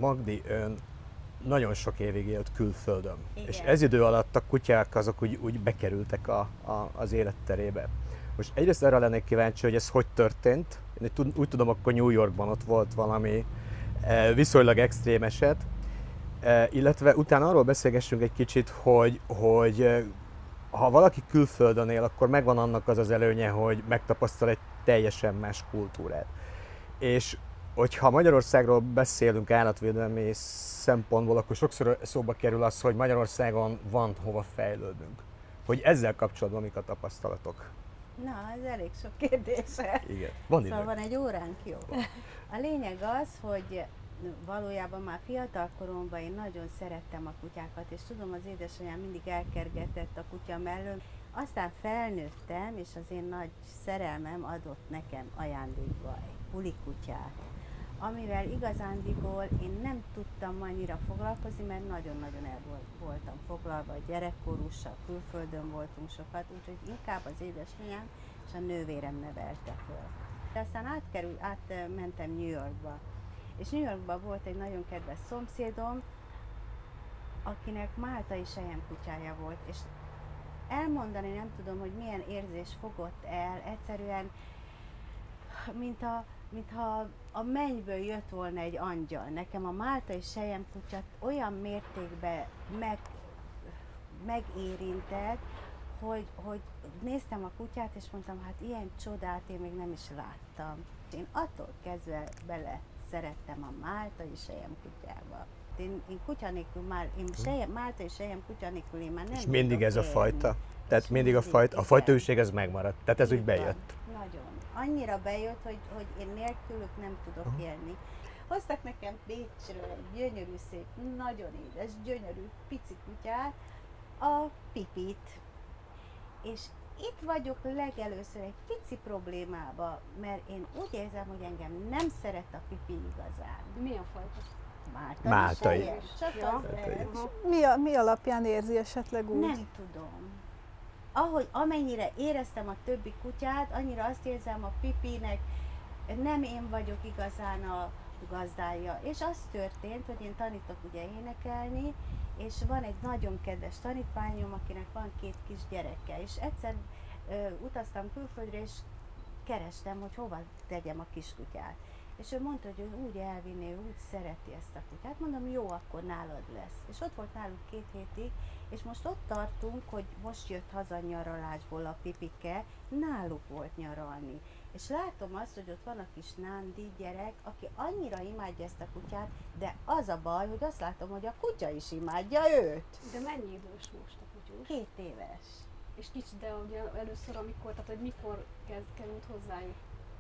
Magdi, ön nagyon sok évig élt külföldön, Igen. és ez idő alatt a kutyák azok úgy bekerültek az életterébe. Most egyrészt arra lennék kíváncsi, hogy ez hogy történt. Én úgy tudom, akkor New Yorkban ott volt valami viszonylag extrém eset, illetve utána arról beszélgessünk egy kicsit, hogy ha valaki külföldön él, akkor megvan annak az előnye, hogy megtapasztal egy teljesen más kultúrát. És hogyha Magyarországról beszélünk állatvédelmi szempontból, akkor sokszor szóba kerül az, hogy Magyarországon van hova fejlődnünk. Hogy ezzel kapcsolatban mik a tapasztalatok? Na, ez elég sok kérdése. Igen, van idő. Szóval van egy óránk, jó. A lényeg az, hogy valójában már fiatal koromban én nagyon szerettem a kutyákat, és tudom, az édesanyám mindig elkergetett a kutya mellől. Aztán felnőttem, és az én nagy szerelmem adott nekem ajándékba egy pulikutyát, amivel igazándiból én nem tudtam annyira foglalkozni, mert nagyon-nagyon el voltam foglalva, gyerekkorússal, külföldön voltunk sokat, úgyhogy inkább az édesanyám és a nővérem nevelte föl. De aztán átmentem New Yorkba, és New Yorkban volt egy nagyon kedves szomszédom, akinek máltai selyemkutyája volt, és elmondani nem tudom, hogy milyen érzés fogott el, egyszerűen, mintha a mennyből jött volna egy angyal. Nekem a máltai selyemkutya olyan mértékben megérintett, hogy néztem a kutyát, és mondtam, hát ilyen csodát én még nem is láttam. Én attól kezdve bele szerettem a máltai selyemkutyába. Én kutya nélkül máltai selyemkutya nélkül én már nem. És mindig ez a fajta? Tehát mindig a fajtaűség ez megmaradt? Tehát ez úgy bejött? Nagyon. Annyira bejött, hogy én nélkülük nem tudok élni. Hoztak nekem Bécsről egy gyönyörű szép, nagyon édes, gyönyörű pici kutyát, a Pipit. És itt vagyok legelőször egy pici problémába, mert én úgy érzem, hogy engem nem szeret a Pipi igazán. Milyen fajta? Máltai. Csak Ja. az Mi alapján érzi esetleg úgy? nem tudom. Amennyire éreztem a többi kutyát, annyira azt érzem a Pipinek, nem én vagyok igazán a gazdája. És az történt, hogy én tanítok ugye énekelni, és van egy nagyon kedves tanítványom, akinek van 2 kis gyereke, és egyszer utaztam külföldre, és kerestem, hogy hova tegyem a kiskutyát. És ő mondta, hogy ő úgy elvinné, ő úgy szereti ezt a kutyát. Mondom, jó, akkor nálad lesz. És ott volt náluk 2 hétig, és most ott tartunk, hogy most jött haza nyaralásból a Pipike, náluk volt nyaralni. És látom azt, hogy ott van a kis Nándi gyerek, aki annyira imádja ezt a kutyát, de az a baj, hogy azt látom, hogy a kutya is imádja őt. De mennyi idős most a kutyus? 2 éves. És kicsi, de ugye először, tehát hogy mikor került hozzájuk?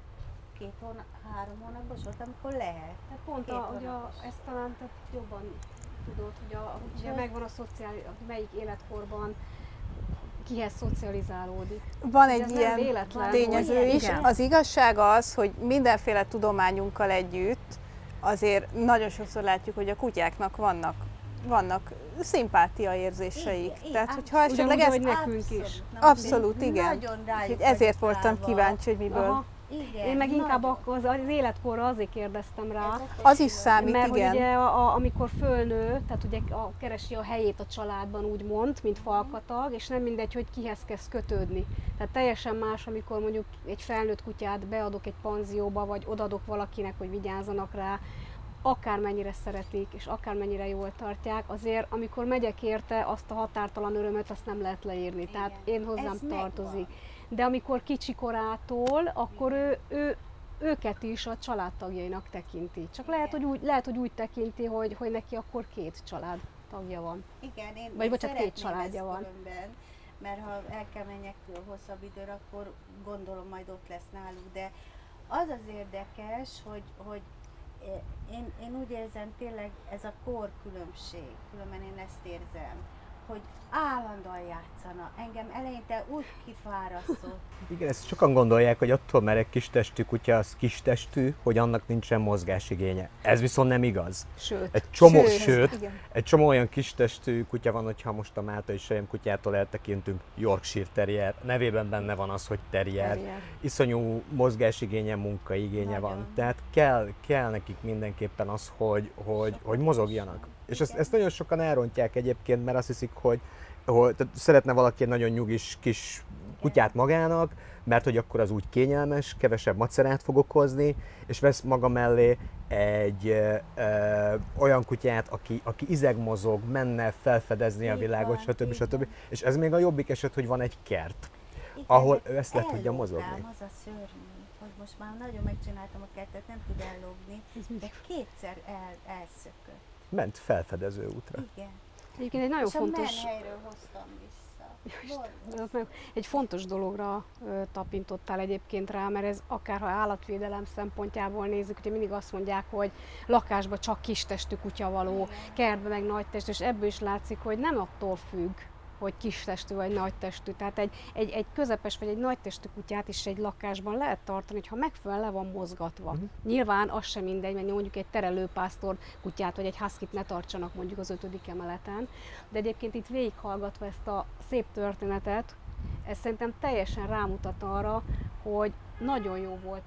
2 hónap, 3 hónapos volt, amikor lehet. Tehát pont ezt talán te jobban tudod, hogy ugye megvan a melyik életkorban kihez szocializálódik. Van Ez egy nem ilyen véletlen, tényező hogy- is. igen. Az igazság az, hogy mindenféle tudományunkkal együtt azért nagyon sokszor látjuk, hogy a kutyáknak vannak szimpátia érzéseik. Igen, Tehát, igen, hogyha esetleg Ugyanúgy, ezt... ahogy nekünk is. Abszolút, igen. Nagyon rájuk Úgyhogy ezért vagyok voltam ráva. kíváncsi, hogy miből. Aha. Igen, Én meg inkább nagyon. akkor az életkorra azért kérdeztem rá, Az is számít, mert hogy igen. ugye amikor fölnő, tehát ugye keresi a helyét a családban úgymond, mint falkatag, és nem mindegy, hogy kihez kezd kötődni. Tehát teljesen más, amikor mondjuk egy felnőtt kutyát beadok egy panzióba, vagy odaadok valakinek, hogy vigyázzanak rá, akármennyire szeretik, és akármennyire jól tartják, azért amikor megyek érte, azt a határtalan örömöt azt nem lehet leírni. Igen. Tehát én hozzám Ez megvan. tartozik. De amikor kicsi korától, akkor őket is a családtagjainak tekinti. Csak lehet, hogy úgy tekinti, hogy neki akkor 2 családtagja van. Igen, én Vagy bocsánat, 2 szeretném családja ezt van. különben, mert ha el kell menjek hosszabb időre, akkor gondolom majd ott lesz náluk, de az az érdekes, hogy én úgy érzem tényleg ez a korkülönbség, különben én ezt érzem, hogy állandóan játszanak. Engem eleinte úgy kifárasztott. Igen, ezt sokan gondolják, hogy attól, mert egy kistestű kutya az kistestű, hogy annak nincsen mozgásigénye. Ez viszont nem igaz. Sőt. Egy csomó olyan kistestű kutya van, hogyha most a Máltai Selyem kutyától eltekintünk, Yorkshire Terrier, nevében benne van az, hogy terrier. Iszonyú mozgásigénye, munkaigénye van. Tehát kell nekik mindenképpen az, hogy mozogjanak. És ezt nagyon sokan elrontják egyébként, mert azt hiszik, hogy szeretne valaki egy nagyon nyugis kis kutyát magának, mert hogy akkor az úgy kényelmes, kevesebb macerát fog okozni, és vesz maga mellé egy olyan kutyát, aki izegmozog, menne felfedezni a világot, stb. És ez még a jobbik eset, hogy van egy kert, ahol ő ezt le tudja mozogni. Az a szörnyű, hogy most már nagyon megcsináltam a kertet, nem tud ellogni, de kétszer elszökött. Ment felfedező útra. Igen. Egyébként egy nagyon és fontos... a menhelyről hoztam vissza. Egy fontos dologra tapintottál egyébként rá, mert ez akár ha állatvédelem szempontjából nézzük, ugye mindig azt mondják, hogy lakásban csak kistestű kutya való, kertben meg nagytestű, és ebből is látszik, hogy nem attól függ, hogy kistestű vagy nagytestű. Tehát egy közepes vagy egy nagytestű kutyát is egy lakásban lehet tartani, hogyha megfelelően le van mozgatva. Nyilván az sem mindegy, mert mondjuk egy terelőpásztor kutyát vagy egy huskit ne tartsanak mondjuk az 5. emeleten. De egyébként itt végighallgatva ezt a szép történetet, ez szerintem teljesen rámutat arra, hogy nagyon jó volt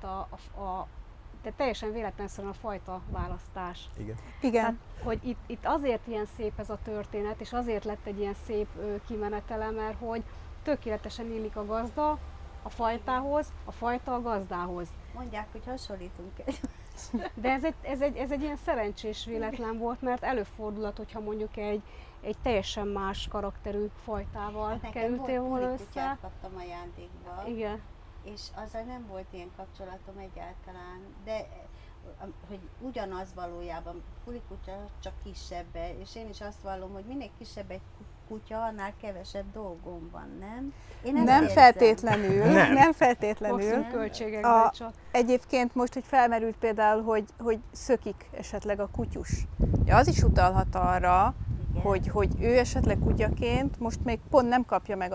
de teljesen véletlenszerűen a fajta választás. Igen. Tehát, hogy itt azért ilyen szép ez a történet, és azért lett egy ilyen szép kimenetele, mert hogy tökéletesen illik a gazda a fajtához, a fajta a gazdához. Mondják, hogy hasonlítunk De ez egy ilyen szerencsés véletlen volt, mert előfordulhat, hogyha mondjuk egy teljesen más karakterű fajtával kerültél volna össze. Nekem kaptam ajándékba. Igen. És azzal nem volt ilyen kapcsolatom egyáltalán, de hogy ugyanaz valójában, pulikutya csak kisebb, és én is azt vallom, hogy minél kisebb egy kutya, annál kevesebb dolgom van, nem? Nem feltétlenül, nem feltétlenül. Maximum költségekben csak. Egyébként most, hogy felmerült például, hogy szökik esetleg a kutyus. Ja, az is utalhat arra, hogy ő esetleg kutyaként most még pont nem kapja meg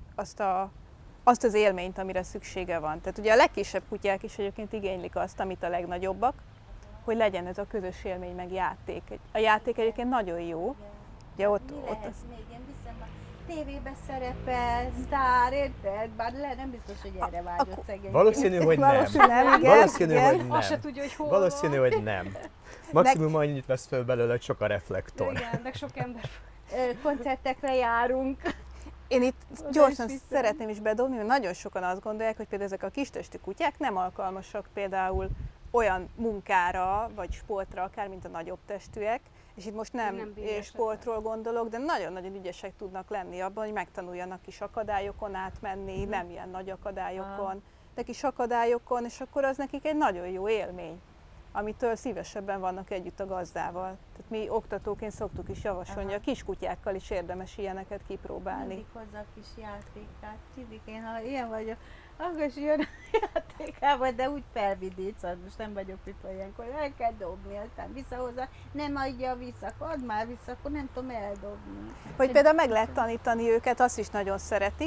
azt az élményt, amire szüksége van. Tehát ugye a legkisebb kutyák is egyébként igénylik azt, amit a legnagyobbak, hogy legyen ez a közös élmény, meg játék. A játék egyébként nagyon jó. Ugye ott még én viszem a tévébe szerepel, sztár, érted? Bár nem biztos, hogy erre vágyott szegény. Valószínű, hogy nem. Valószínű, hogy nem. Azt se tudja, hogy hol Valószínű, hogy nem. Maximum annyit vesz föl belőle, hogy sok a reflektor. Igen, meg sok ember. Koncertekre járunk. Én itt gyorsan szeretném is bedobni, mert nagyon sokan azt gondolják, hogy például ezek a kistestű kutyák nem alkalmasak például olyan munkára vagy sportra, akár mint a nagyobb testűek, és itt most nem sportról gondolok, de nagyon-nagyon ügyesek tudnak lenni abban, hogy megtanuljanak kis akadályokon átmenni, nem ilyen nagy akadályokon, de kis akadályokon, és akkor az nekik egy nagyon jó élmény, amitől szívesebben vannak együtt a gazdával. Tehát mi oktatóként szoktuk is javasolni, a kiskutyákkal is érdemes ilyeneket kipróbálni. Mindig hozzá a kis játékát. Mindig én, ha ilyen vagyok, akkor is jön a játékába, de úgy felvidítszad, most nem vagyok itt olyankor, el kell dobni, aztán visszahozza, nem adja vissza, add már vissza, akkor nem tudom eldobni. Hogy például meg lehet tanítani őket, azt is nagyon szeretik.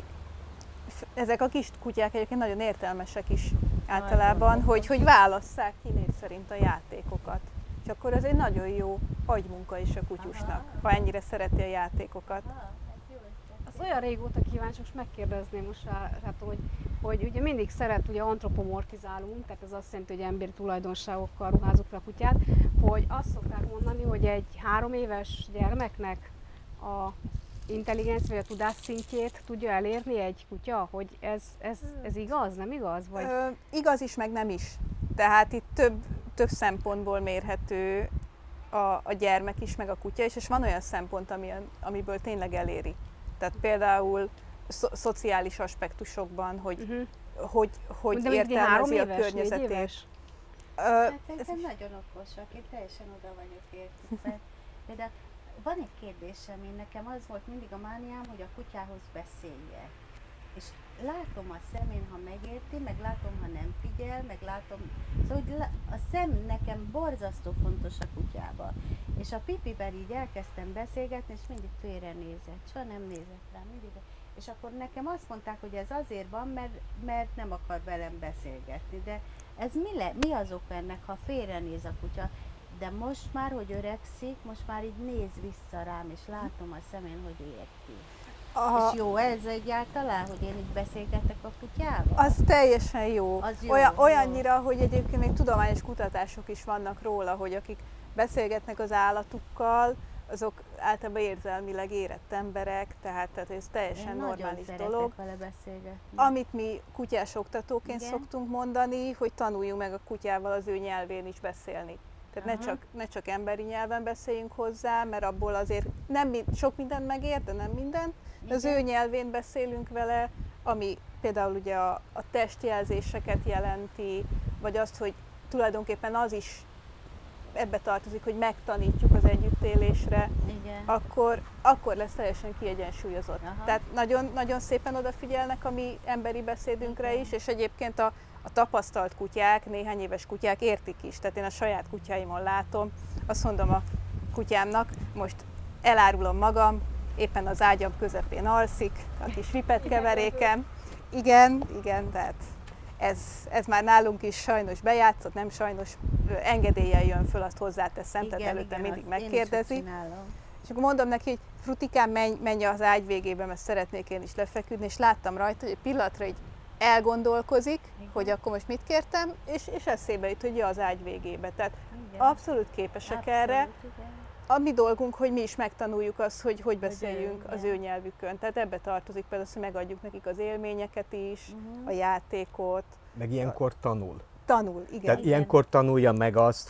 Ezek a kis kutyák egyébként nagyon értelmesek is általában, hogy válasszák ki név szerint a játékokat. És akkor ez egy nagyon jó agymunka is a kutyusnak, ha ennyire szereti a játékokat. Az olyan régóta kíváncsi, most megkérdezném most rától, hogy ugye mindig ugye antropomorfizálunk, tehát ez azt jelenti, hogy emberi tulajdonságokkal ruházunk fel a kutyát, hogy azt szokták mondani, hogy egy 3 éves gyermeknek a intelligencia vagy a tudás szintjét tudja elérni egy kutya, hogy ez igaz, nem igaz? Vagy? Igaz is, meg nem is. Tehát itt több szempontból mérhető a gyermek is, meg a kutya is, és van olyan szempont, amiből tényleg eléri. Tehát például szociális aspektusokban, hogy értelmezi a környezetét. Hát szerintem nagyon okosak, én teljesen oda vagyok értve. De van egy kérdésem, én nekem az volt mindig a mániám, hogy a kutyához beszéljek. És látom a szemén, ha megérti, meg látom, ha nem figyel, meg látom, szóval hogy a szem nekem borzasztó fontos a kutyában. És a Pipivel így elkezdtem beszélgetni, és mindig félre nézett, soha nem nézett rá, mindig. És akkor nekem azt mondták, hogy ez azért van, mert nem akar velem beszélgetni, de ez mi az ok ennek, ha félrenéz a kutya? De most már, hogy öregszik, most már így néz vissza rám, és látom a szemén, hogy érti. Aha. És jó ez egyáltalán, hogy én így beszélgetek a kutyával? Az teljesen jó. Az jó, Olyannyira, hogy egyébként még tudományos kutatások is vannak róla, hogy akik beszélgetnek az állatukkal, azok általában érzelmileg érett emberek, tehát ez teljesen normális dolog. Vele beszélgetni. Amit mi kutyás oktatóként Igen. szoktunk mondani, hogy tanuljunk meg a kutyával az ő nyelvén is beszélni. Tehát ne csak emberi nyelven beszéljünk hozzá, mert abból azért sok mindent megért, de nem minden. De az ő nyelvén beszélünk vele, ami például ugye a testjelzéseket jelenti, vagy azt, hogy tulajdonképpen az is ebbe tartozik, hogy megtanítjuk az együttélésre, akkor lesz teljesen kiegyensúlyozott. Aha. Tehát nagyon, nagyon szépen odafigyelnek a mi emberi beszédünkre is, és egyébként a tapasztalt kutyák, néhány éves kutyák értik is. Tehát én a saját kutyáimon látom, azt mondom a kutyámnak, most elárulom magam, éppen az ágyam közepén alszik, a kis vipet keverékem. Igen, tehát ez már nálunk is sajnos bejátszott, nem sajnos, engedéllyel jön föl, azt hozzáteszem, tehát előtte mindig megkérdezi. És akkor mondom neki, hogy Frutikám, menj az ágy végébe, mert szeretnék én is lefeküdni, és láttam rajta, hogy egy pillanatra így elgondolkozik, hogy akkor most mit kértem, és eszébe jut, hogy az ágy végébe. Tehát abszolút képesek erre. A mi dolgunk, hogy mi is megtanuljuk azt, hogy beszéljünk az ő nyelvükön. Tehát ebbe tartozik például, hogy megadjuk nekik az élményeket is, a játékot. Meg ilyenkor tanul. Tanul, igen. Tehát ilyenkor tanulja meg azt,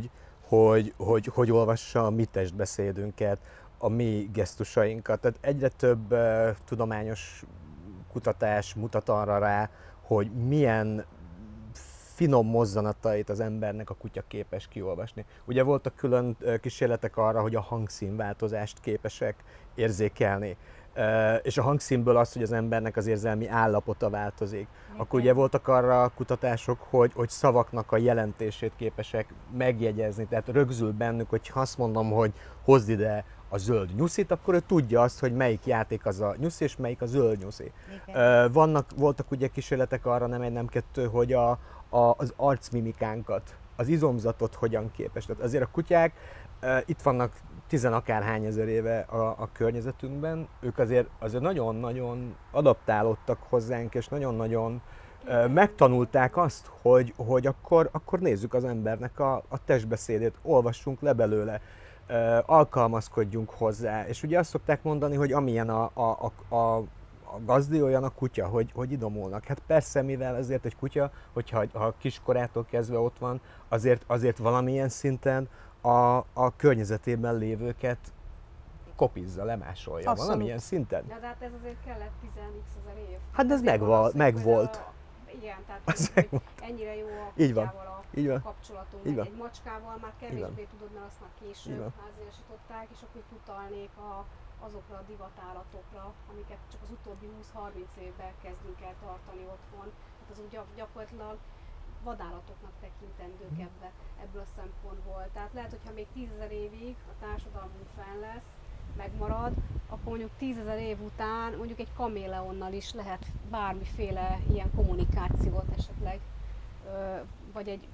hogy olvassa a mi testbeszédünket, a mi gesztusainkat. Tehát egyre több tudományos kutatás mutat arra rá, hogy milyen finom mozzanatait az embernek a kutya képes kiolvasni. Ugye voltak külön kísérletek arra, hogy a hangszínváltozást képesek érzékelni. És a hangszínből az, hogy az embernek az érzelmi állapota változik. Akkor ugye voltak arra kutatások, hogy szavaknak a jelentését képesek megjegyezni. Tehát rögzül bennük, hogy ha azt mondom, hogy hozd ide a zöld nyuszit, akkor ő tudja azt, hogy melyik játék az a nyuszi, és melyik a zöld nyuszi. Voltak ugye kísérletek arra, nem egy, nem kettő, hogy az arcmimikánkat, az izomzatot hogyan képes. Tehát azért a kutyák itt vannak tizenakárhány ezer éve a környezetünkben, ők azért nagyon-nagyon adaptálódtak hozzánk, és nagyon-nagyon megtanulták azt, hogy akkor nézzük az embernek a testbeszédét, olvassunk le belőle, alkalmazkodjunk hozzá. És ugye azt szokták mondani, hogy amilyen a gazdi, olyan a kutya, hogy idomulnak. Hát persze, mivel ezért egy kutya, ha kiskorától kezdve ott van, azért valamilyen szinten a környezetében lévőket kopizza, lemásolja. Abszolút. Valamilyen szinten. De hát ez azért kellett 10x ezer év. Hát ez megvolt. Igen, tehát ennyire jó a kutyával a kapcsolatunk. Egy macskával már kevésbé tudod, mert azt már később háziasították, és akkor itt utalnék azokra a divatállatokra, amiket csak az utóbbi 20-30 évben kezdünk el tartani otthon. Tehát azok gyakorlatilag vadállatoknak tekintendők ebből a szempontból. Tehát lehet, hogyha még 10 000 évig a társadalmunk fenn lesz, megmarad, akkor mondjuk 10 000 év után mondjuk egy kaméleonnal is lehet bármiféle ilyen kommunikációt esetleg, vagy egy...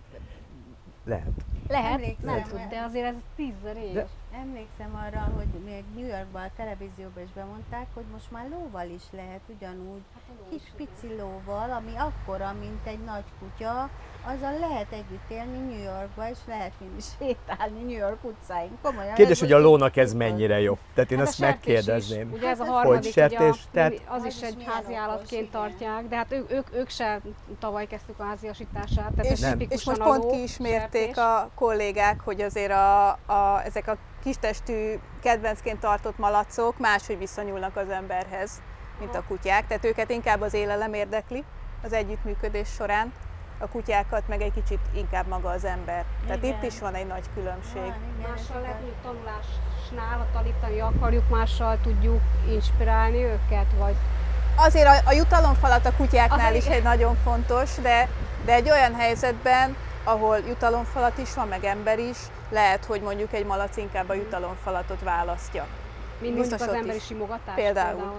Lehet, nem tud, de azért ez 10 000 év. Emlékszem arra, hogy még New Yorkban, a televízióban is bemondták, hogy most már lóval is lehet ugyanúgy, kis pici lóval, ami akkora, mint egy nagy kutya, azzal lehet együtt élni New Yorkba, és lehet mindig sétálni New York utcáin. Komolyan. Kérdés, hogy a lónak ez mennyire jó. Tehát én azt megkérdezném. Ugye ez a harmadik, sertés, az is egy házi állatként tartják, de hát ők se tavaly kezdtük a háziasítását. És most pont kiismérték a kollégák, hogy azért ezek a kistestű kedvencként tartott malacok máshogy viszonyulnak az emberhez, mint a kutyák. Tehát őket inkább az élelem érdekli az együttműködés során, a kutyákat meg egy kicsit inkább maga az ember. Tehát itt is van egy nagy különbség. Mással lehet, hogy tanulásnál, ha tanítani akarjuk, mással tudjuk inspirálni őket, vagy... Azért a jutalomfalat a kutyáknál Az is egy nagyon fontos, de egy olyan helyzetben, ahol jutalomfalat is van, meg ember is, lehet, hogy mondjuk egy malac inkább a jutalomfalatot választja. Mint Biztos mondjuk az ott emberi is. simogatás Például.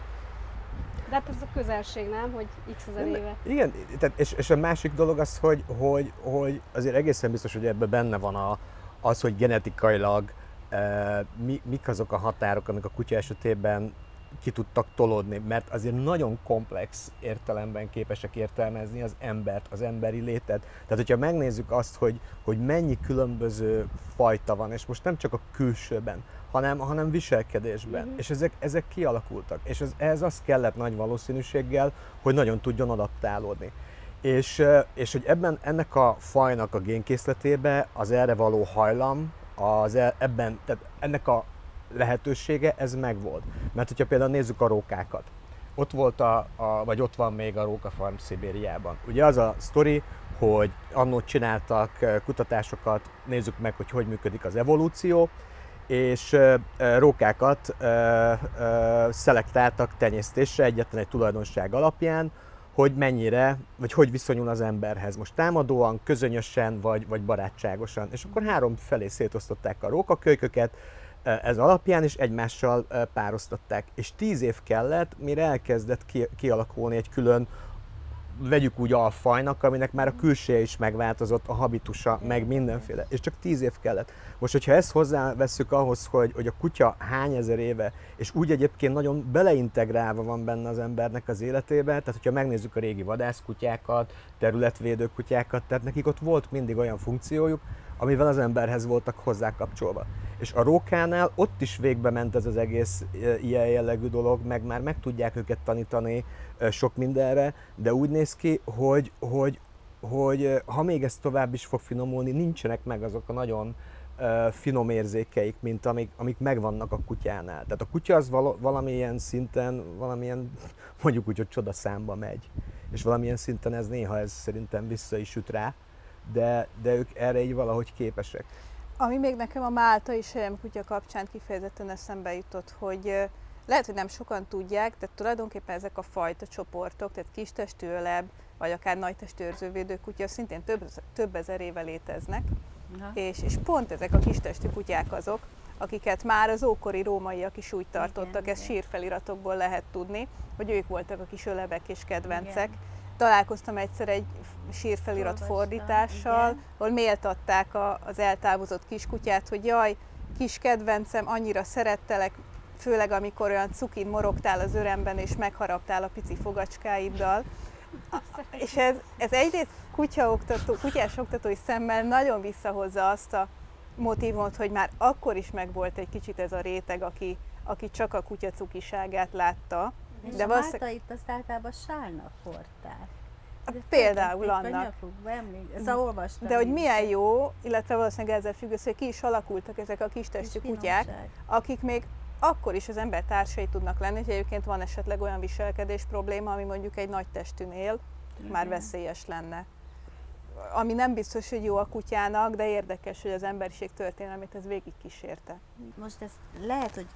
De hát ez a közelség, nem? Hogy x ezer éve. Igen, tehát és a másik dolog az, hogy azért egészen biztos, hogy ebben benne van az, hogy genetikailag mik azok a határok, amik a kutya esetében ki tudtak tolódni, mert azért nagyon komplex értelemben képesek értelmezni az embert, az emberi létet. Tehát, hogyha megnézzük azt, hogy mennyi különböző fajta van, és most nem csak a külsőben, hanem viselkedésben, és ezek kialakultak. És ehhez az kellett nagy valószínűséggel, hogy nagyon tudjon adaptálódni. És hogy ennek a fajnak a génkészletébe az erre való hajlam, tehát ennek a lehetősége, ez megvolt. Mert hogyha például nézzük a rókákat, ott volt vagy ott van még a rókafarm Szibériában. Ugye az a sztori, hogy annó csináltak kutatásokat, nézzük meg, hogy működik az evolúció, és rókákat szelektáltak tenyésztésre egyetlen egy tulajdonság alapján, hogy mennyire, vagy hogy viszonyul az emberhez. Most támadóan, közönösen, vagy barátságosan. És akkor 3 felé szétosztották a rókakölyköket, ez alapján is egymással pároztatták. És 10 év kellett, mire elkezdett kialakulni egy külön, vegyük úgy alfajnak, aminek már a külseje is megváltozott, a habitusa, meg mindenféle. És csak 10 év kellett. Most, hogyha ezt hozzávesszük ahhoz, hogy a kutya hány ezer éve, és úgy egyébként nagyon beleintegrálva van benne az embernek az életébe, tehát hogyha megnézzük a régi vadászkutyákat, területvédő kutyákat, tehát nekik ott volt mindig olyan funkciójuk, amivel az emberhez voltak hozzákapcsolva. És a rókánál ott is végbe ment ez az egész ilyen jellegű dolog, meg már meg tudják őket tanítani sok mindenre, de úgy néz ki, hogy ha még ez tovább is fog finomulni, nincsenek meg azok a nagyon finom érzékeik, mint amik megvannak a kutyánál. Tehát a kutya az valamilyen szinten, mondjuk úgy, hogy csodaszámba megy. És valamilyen szinten ez szerintem vissza is üt rá, de ők erre így valahogy képesek. Ami még nekem a máltai selyemkutya kapcsán kifejezetten eszembe jutott, hogy lehet, hogy nem sokan tudják, de tulajdonképpen ezek a fajta csoportok, tehát kistestű öleb, vagy akár nagytestű őrzővédő kutya szintén több ezer éve léteznek, és pont ezek a kistestű kutyák azok, akiket már az ókori rómaiak is úgy tartottak, ezt sírfeliratokból lehet tudni, hogy ők voltak a kis ölebek és kedvencek. Igen. Találkoztam egyszer egy sírfelirat fordítással, igen, ahol méltatták az eltávozott kiskutyát, hogy jaj, kis kedvencem, annyira szerettelek, főleg amikor olyan cukin morogtál az öremben és megharaptál a pici fogacskáiddal. És ez egyrészt kutyás oktatói szemmel nagyon visszahozza azt a motívumot, hogy már akkor is megvolt egy kicsit ez a réteg, aki csak a kutya cukiságát látta. És de a máltait azt általában sálnak hordták. Például annak. De hogy milyen jó, illetve valószínűleg ezzel függ össze, hogy ki is alakultak ezek a kistestű kutyák, akik még akkor is az ember társai tudnak lenni, hogy egyébként van esetleg olyan viselkedés probléma, ami mondjuk egy nagy testűnél már veszélyes lenne. Ami nem biztos, hogy jó a kutyának, de érdekes, hogy az emberiség történelmét ez végig kísérte. Most ez lehet, hogy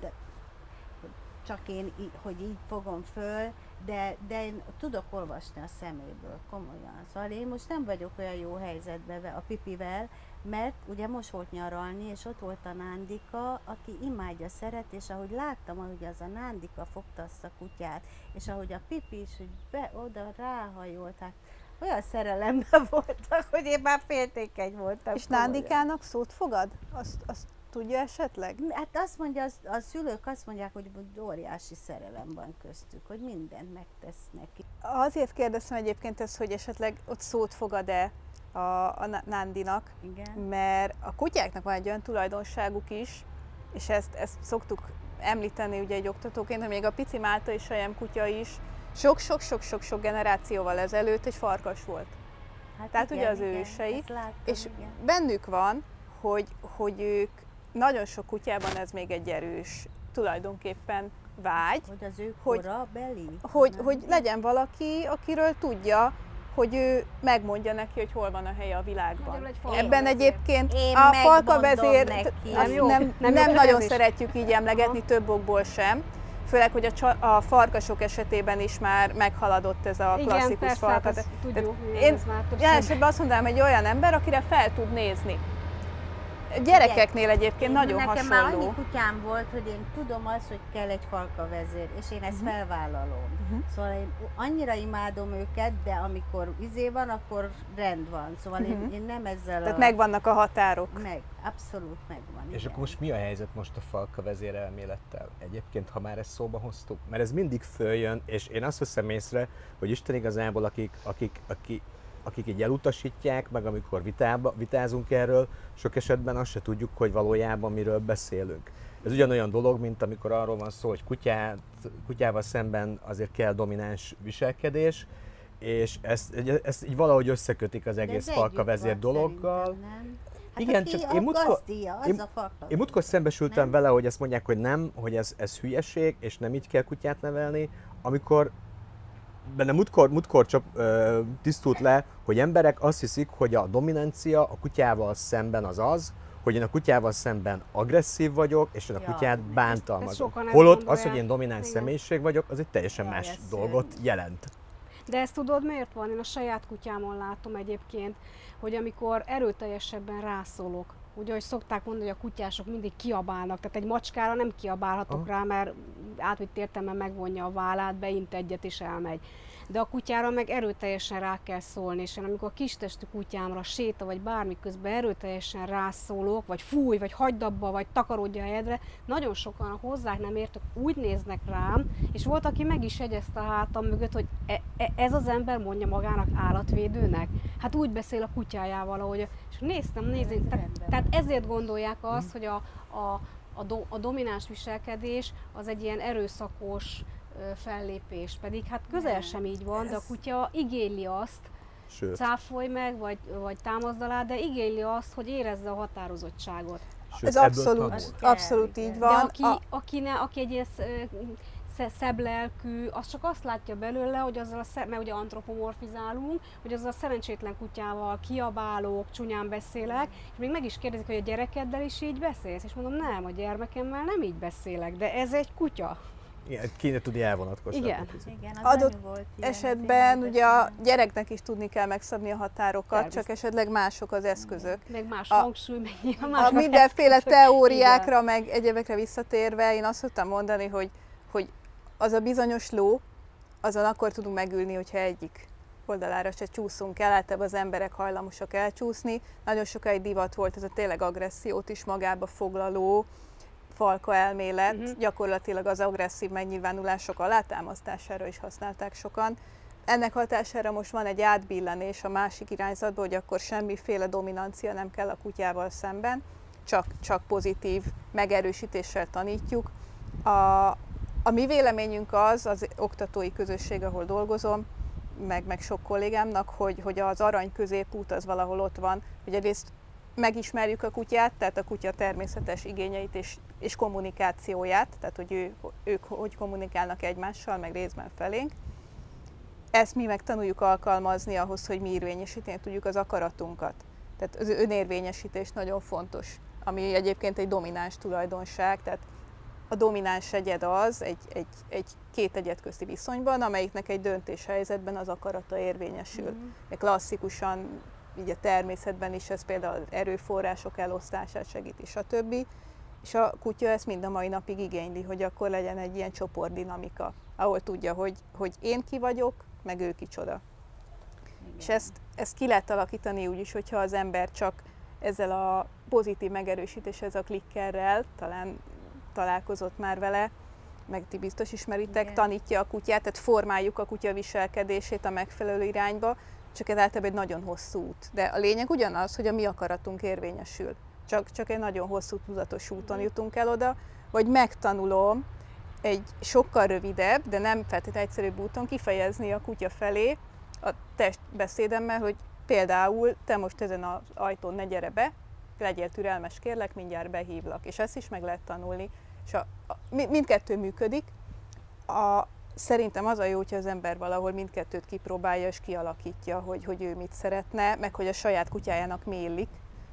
csak én, hogy így fogom föl, de én tudok olvasni a szeméből, komolyan. Szóval én most nem vagyok olyan jó helyzetben a Pipivel, mert ugye most volt nyaralni, és ott volt a Nándika, aki imádja, szeret, és ahogy láttam, ahogy az a Nándika fogta azt a kutyát, és ahogy a Pipi is oda ráhajolt, hát olyan szerelemben voltak, hogy én már féltékeny voltam. És Nándikának szót fogad? Azt tudja esetleg? Hát azt mondja, a szülők azt mondják, hogy óriási szerelem van köztük, hogy mindent megtesz neki. Azért kérdeztem egyébként ezt, hogy esetleg ott szót fogad-e a Nándinak, igen, mert a kutyáknak van egy olyan tulajdonságuk is, és ezt szoktuk említeni ugye egy oktatóként, hogy még a pici máltai selyemkutya is sok-sok generációval ezelőtt egy farkas volt. Hát tehát igen, ugye az ősei, és igen, bennük van, hogy ők nagyon sok kutyában ez még egy erős tulajdonképpen vágy, hogy az ő korabeli, hogy legyen valaki, akiről tudja, hogy ő megmondja neki, hogy hol van a helye a világban. Ebben egyébként a falkavezér nem nagyon szeretjük így emlegetni, több okból sem. Főleg, hogy a farkasok esetében is már meghaladott ez a klasszikus persze, farkas. Hát tudjuk, én esetben azt mondanám, egy olyan ember, akire fel tud nézni. Gyerekeknél egyébként nagyon nekem hasonló. Nekem már annyi kutyám volt, hogy én tudom azt, hogy kell egy falkavezér, és én ezt felvállalom. Szóval én annyira imádom őket, de amikor van, akkor rend van. Szóval én nem ezzel Tehát megvannak a határok. Abszolút megvan. És igen. akkor most mi a helyzet most a falkavezér elmélettel? Egyébként, ha már ezt szóba hoztuk, mert ez mindig följön, és én azt veszem észre, hogy Isten igazából, akik így elutasítják, meg amikor vitázunk erről, sok esetben azt se tudjuk, hogy valójában miről beszélünk. Ez ugyanolyan dolog, mint amikor arról van szó, hogy kutyával szemben azért kell domináns viselkedés, és ezt így valahogy összekötik az egész falkavezér dologgal. Hát igen, csak én múltkor szembesültem vele, hogy ezt mondják, hogy nem, hogy ez hülyeség, és nem így kell kutyát nevelni, amikor benne múltkor csak tisztult le, hogy emberek azt hiszik, hogy a dominancia a kutyával szemben az, hogy én a kutyával szemben agresszív vagyok, és én a kutyát bántalmazom. Holott az, hogy én domináns személyiség vagyok, az egy teljesen más dolgot jelent. De ezt tudod miért van? Én a saját kutyámon látom egyébként, hogy amikor erőteljesebben rászólok, ugye, hogy szokták mondani, hogy a kutyások mindig kiabálnak, tehát egy macskára nem kiabálhatok rá, mert átvitt értelemben megvonja a vállát, beint egyet és elmegy. De a kutyára meg erőteljesen rá kell szólni, és én amikor a kistestű kutyámra séta, vagy bármi közben erőteljesen rászólok, vagy fúj, vagy hagyd abba, vagy takarodj a helyedre, nagyon sokan hozzá nem értek, úgy néznek rám, és volt, aki meg is jegyezte a hátam mögött, hogy ez az ember mondja magának állatvédőnek. Hát úgy beszél a kutyájával, ahogy, és néztem, tehát ezért gondolják azt, hogy a domináns viselkedés az egy ilyen erőszakos fellépés, pedig hát közel sem így van, de a kutya igényli azt, cáfolj meg, vagy támaszd alá, de igényli azt, hogy érezze a határozottságot. Ez abszolút így van. De aki egy ilyen szebb lelkű, az csak azt látja belőle, hogy azzal mert ugye antropomorfizálunk, hogy azzal a szerencsétlen kutyával kiabálok, csúnyán beszélek, és még meg is kérdezik, hogy a gyerekeddel is így beszélsz, és mondom, nem, a gyermekemmel nem így beszélek, de ez egy kutya. Igen, kéne tudni elvonatkoztatni. Igen, adott esetben ugye a gyereknek is tudni kell megszabni a határokat, csak esetleg mások az eszközök. Meg más hangsúly, meg nyilván más mindenféle eszközök. teóriákra, igen. Meg egyebekre visszatérve, én azt szoktam mondani, hogy az a bizonyos ló, azon akkor tudunk megülni, hogyha egyik oldalára se csúszunk el, általában az emberek hajlamosak elcsúszni. Nagyon sokáig divat volt ez a tényleg agressziót is magába foglaló falka elmélet, gyakorlatilag az agresszív megnyilvánulások alátámasztására is használták sokan. Ennek hatására most van egy átbillenés a másik irányzatba, hogy akkor semmiféle dominancia nem kell a kutyával szemben, csak pozitív megerősítéssel tanítjuk. A mi véleményünk az oktatói közösség, ahol dolgozom, meg sok kollégámnak, hogy az arany középút az valahol ott van, hogy egyrészt megismerjük a kutyát, tehát a kutya természetes igényeit és kommunikációját, tehát hogy ők hogy kommunikálnak egymással, meg részben felénk. Ezt mi meg tanuljuk alkalmazni ahhoz, hogy mi érvényesíteni tudjuk az akaratunkat. Tehát az önérvényesítés nagyon fontos, ami egyébként egy domináns tulajdonság, tehát a domináns egyed az egy két egyed közti viszonyban, amelyiknek egy döntéshelyzetben az akarata érvényesül. Klasszikusan így a természetben is ez például az erőforrások elosztását segíti, stb. És a kutya ezt mind a mai napig igényli, hogy akkor legyen egy ilyen csoportdinamika, ahol tudja, hogy én ki vagyok, meg ő kicsoda. Igen. És ezt ki lehet alakítani úgy is, hogyha az ember csak ezzel a pozitív megerősítéssel, ez a klikkerrel, talán találkozott már vele, meg ti biztos ismeritek, igen. Tanítja a kutyát, tehát formáljuk a kutya viselkedését a megfelelő irányba, csak ez általában egy nagyon hosszú út. De a lényeg ugyanaz, hogy a mi akaratunk érvényesül. Csak egy nagyon hosszú tudatos úton jutunk el oda, vagy megtanulom egy sokkal rövidebb, de nem feltétlenül egyszerűbb úton kifejezni a kutya felé a testbeszédemmel, hogy például te most ezen az ajtón ne gyere be, legyél türelmes, kérlek, mindjárt behívlak. És ezt is meg lehet tanulni. És mindkettő működik. Szerintem az a jó, hogyha az ember valahol mindkettőt kipróbálja és kialakítja, hogy ő mit szeretne, meg hogy a saját kutyájának mi illik.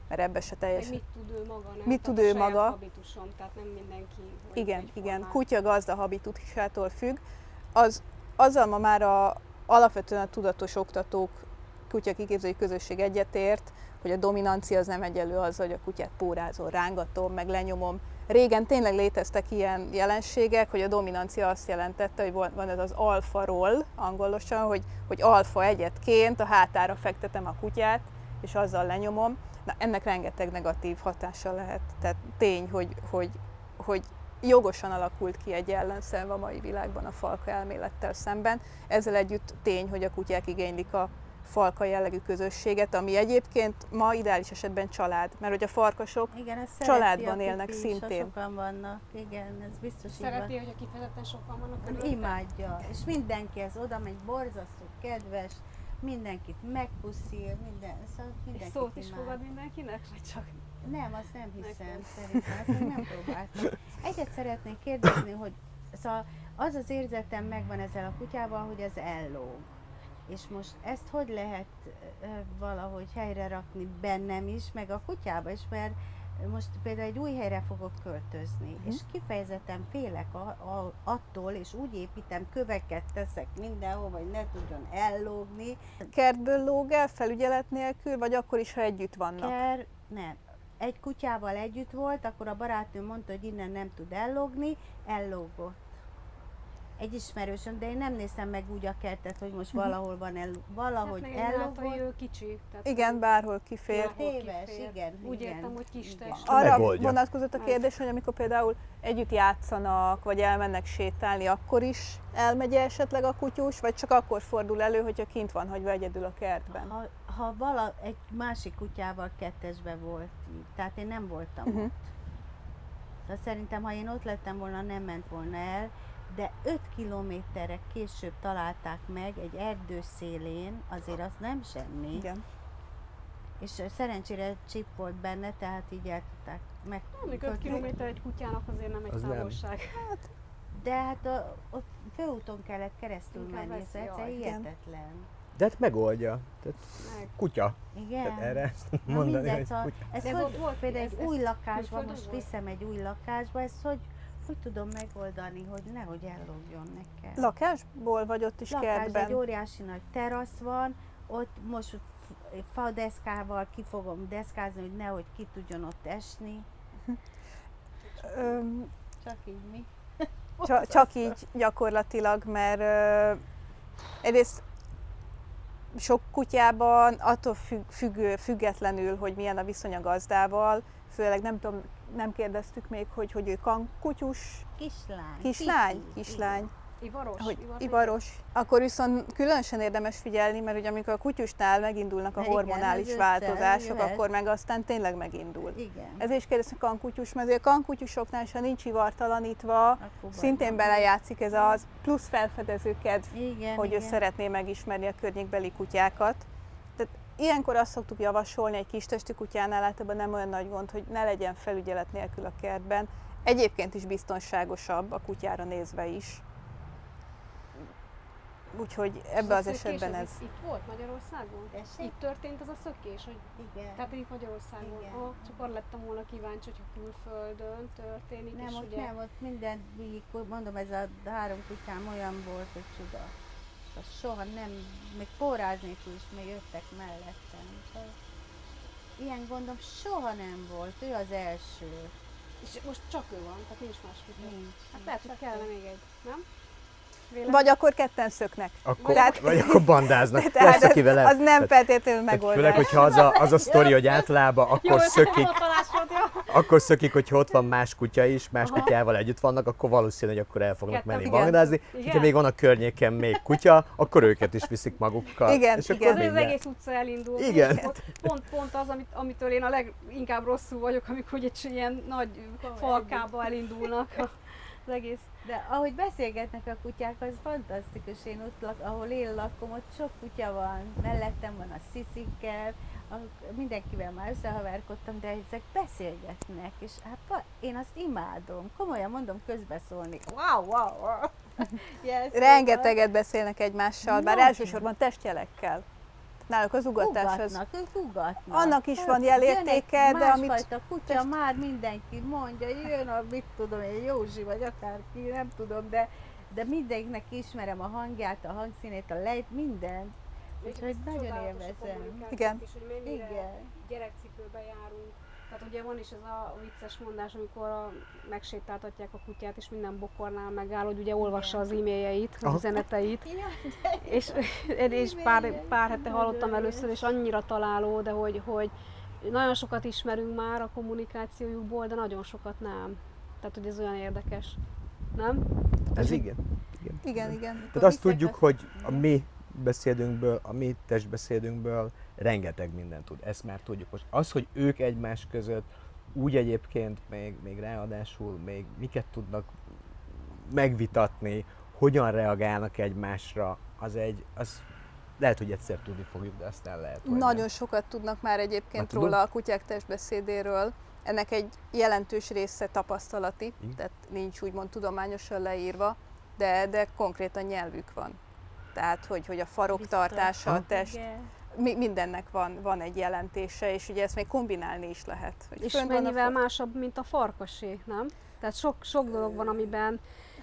mert ebbe se teljesen. Mit tud ő maga, nem? Mit tud Tehát ő a saját maga? habitusom, tehát nem mindenki. Igen, kutya gazda habitusától függ. Azzal ma már alapvetően a tudatos oktatók, kutya kiképzői közösség egyetért, hogy a dominancia az nem egyenlő azzal, hogy a kutyát pórázol, rángatom, meg lenyomom. Régen tényleg léteztek ilyen jelenségek, hogy a dominancia azt jelentette, hogy van ez az alfa roll, angolosan, hogy alfa egyetként a hátára fektetem a kutyát, és azzal lenyomom. Na, ennek rengeteg negatív hatása lehet. Tehát tény, hogy jogosan alakult ki egy ellenszenv a mai világban a falka elmélettel szemben. Ezzel együtt tény, hogy a kutyák igénylik a falka jellegű közösséget, ami egyébként ma ideális esetben család, mert hogy a farkasok igen, családban élnek is, szintén. Sokan vannak, igen, ez biztos Szereti, így van. hogy a kifejezetten sokan vannak körülötte? Imádja, és mindenkihez oda megy, borzasztó kedves, mindenkit megpuszil, szóval És mindenkit szót is imád. fogad mindenkinek, vagy csak? Nem, azt nem hiszem, szerintem, azt még nem próbáltam. Egyet szeretnék kérdezni, hogy szóval az az érzetem megvan ezzel a kutyával, hogy ez ellóg. És most ezt hogy lehet valahogy helyre rakni bennem is, meg a kutyába is, mert most például egy új helyre fogok költözni, és kifejezetten félek attól, és úgy építem, köveket teszek mindenhol, hogy ne tudjon ellógni. Kertből lóg el felügyelet nélkül, vagy akkor is, ha együtt vannak? Nem. Egy kutyával együtt volt, akkor a barátnőm mondta, hogy innen nem tud ellógni, ellógott. Egy ismerősöm, de én nem nézem meg úgy a kertet, hogy most valahol van valahogy ellógott. Hát ő kicsi. Tehát igen, bárhol kifér. Téves, igen. Úgy igen, értem, hogy kis test. Arra Megoldja. vonatkozott a kérdés, hogy amikor például együtt játszanak, vagy elmennek sétálni, akkor is elmegy esetleg a kutyus, vagy csak akkor fordul elő, hogyha kint van hagyva egyedül a kertben? Ha egy másik kutyával kettesbe volt így, tehát én nem voltam ott. Tehát szerintem, ha én ott lettem volna, nem ment volna el, de 5 kilométerre később találták meg egy erdő szélén, azért az nem semmi. Igen. És szerencsére chip volt benne, tehát így el tudták meg. Mondjuk 5 kilométer egy kutyának azért nem egy Az nem. távolság. De hát ott főúton kellett keresztül Inkább menni, ez veszi, egyszer jaj. hihetetlen. De hát megoldja. Tehát Meg. kutya. Igen. Tehát erre ezt Na mondani, mindegy, hogy szóval kutya. ez De hogy, volt például egy ez új lakásba, külföldön most volt? viszem egy új lakásba, ezt hogy tudom megoldani, hogy nehogy ellógjon nekem. Lakásból vagy ott is Lakásban kertben? egy óriási nagy terasz van, ott most fadeszkával ki fogom deszkázni, hogy nehogy ki tudjon ott esni. Csak így mi? Csak így gyakorlatilag, mert egyrészt sok kutyában attól függetlenül, hogy milyen a viszony a gazdával, főleg nem tudom, nem kérdeztük még, hogy ő kutyus, kislány, Ivaros? hogy ivaros. Akkor viszont különösen érdemes figyelni, mert ugye amikor a kutyusnál megindulnak a Igen, hormonális az változások, összejöhet. akkor meg aztán tényleg megindul. Igen. Ezért is kérdeztük a kankutyus, mert a kankutyusoknál, ha nincs ivartalanítva, Akkor szintén baj. belejátszik ez az plusz felfedező kedv, Igen, hogy ő igen. szeretné megismerni a környékbeli kutyákat. Tehát ilyenkor azt szoktuk javasolni egy kistestű kutyánál, általában nem olyan nagy gond, hogy ne legyen felügyelet nélkül a kertben. Egyébként is biztonságosabb a kutyára nézve is. Úgyhogy ebbe az esetben ez... Itt volt Magyarországon? Tessék? Itt történt ez a szökés? Hogy Igen. tehát itt Magyarországon? Igen. Csak arra lettem volna kíváncsi, hogyha külföldön történik. Nem, és ott ugye... nem, ott minden, mondom, ez a 3 kutyám olyan volt, hogy csuda. Soha nem, még póráz nélkül is még jöttek mellettem. Szóval ilyen gondom soha nem volt, ő az első. És most csak ő van, tehát nincs más kutya. Nincs. Hát lehet, hogy kellene még egy, nem? Vagy akkor ketten szöknek. Akkor, Tehát- vagy akkor bandáznak. Tehát Lesz, aki vele. az nem feltétlenül Tehát megoldás. főleg, hogyha az a sztori, hogy általában akkor szökik, akkor szökik, hogyha ott van más kutya is, más kutyával együtt vannak, akkor valószínű, hogy akkor el fognak Ketten. menni Igen. bandázni. Igen. Hogyha még van a környéken még kutya, akkor őket is viszik magukkal. Igen, és igen. akkor Az mindjárt. egész utca elindul. Igen. Pont az, amitől én a leginkább rosszul vagyok, amikor egy ilyen nagy falkába elindulnak az egész. De ahogy beszélgetnek a kutyák, az fantasztikus. Én ott, ahol én lakom, ott sok kutya van. Mellettem van a sziszikkel, mindenkivel már összehaverkodtam, de ezek beszélgetnek, és hát én azt imádom. Komolyan mondom, közbeszólni. Wow. Yes, Rengeteget beszélnek egymással, bár Nagyon. elsősorban testjelekkel. Náluk az ugatás az... Ugatnak, ők ugatnak. Annak is van jelértéke, de amit... Másfajta kutya, már mindenki mondja, jön a, mit tudom én, Józsi vagy akárki, nem tudom, de mindenkinek ismerem a hangját, a hangszínét, a lejt, mindent. Úgyhogy nagyon élvezem. Igen. És hogy mennyire Igen. gyerekcipőbe járunk. Tehát ugye van is ez a vicces mondás, amikor megsétáltatják a kutyát, és minden bokornál megáll, hogy ugye olvassa az e-mailjeit, az üzeneteit. És pár hete hallottam először, és annyira találó, de hogy nagyon sokat ismerünk már a kommunikációjukból, de nagyon sokat nem. Tehát, hogy ez olyan érdekes. Nem? Ez igen. Igen. Tehát azt tudjuk, hogy a mi beszédünkből, a mi testbeszédünkből rengeteg mindent tud. Ezt már tudjuk. Most az, hogy ők egymás között úgy egyébként még ráadásul még miket tudnak megvitatni, hogyan reagálnak egymásra, az lehet, hogy egyszer tudni fogjuk, de aztán lehet, hogy Nagyon nem. sokat tudnak már egyébként Már róla a kutyák testbeszédéről. Ennek egy jelentős része tapasztalati, tehát nincs úgymond tudományosan leírva, de konkrétan nyelvük van. Tehát, hogy a faroktartása, a test, mindennek van egy jelentése, és ugye ezt még kombinálni is lehet. És mennyivel másabb, mint a farkasé, nem? Tehát sok dolog van, amiben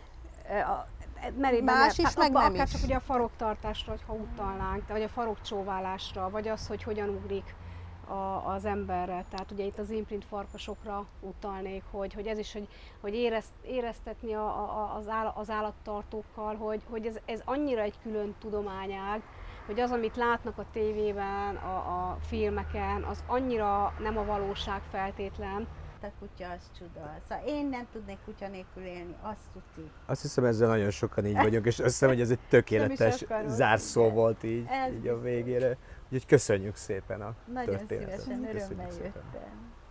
más is, meg nem akár is. csak ugye a faroktartásra, ha utalnánk, vagy a farokcsóválásra, vagy az, hogy hogyan ugrik az emberre. Tehát ugye itt az imprint farkasokra utalnék, hogy ez is, hogy éreztetni az állattartókkal, hogy ez annyira egy külön tudományág, hogy az, amit látnak a tévében, a filmeken, az annyira nem a valóság feltétlen. A kutya az csuda. Szóval én nem tudnék kutya nélkül élni, azt tuti. Azt hiszem, ezzel nagyon sokan így vagyunk, és azt hiszem, hogy ez egy tökéletes zárszó volt így a végére. Úgyhogy köszönjük szépen a nagyon történetet. szívesen, örömmel Köszönjük szépen. jöttem.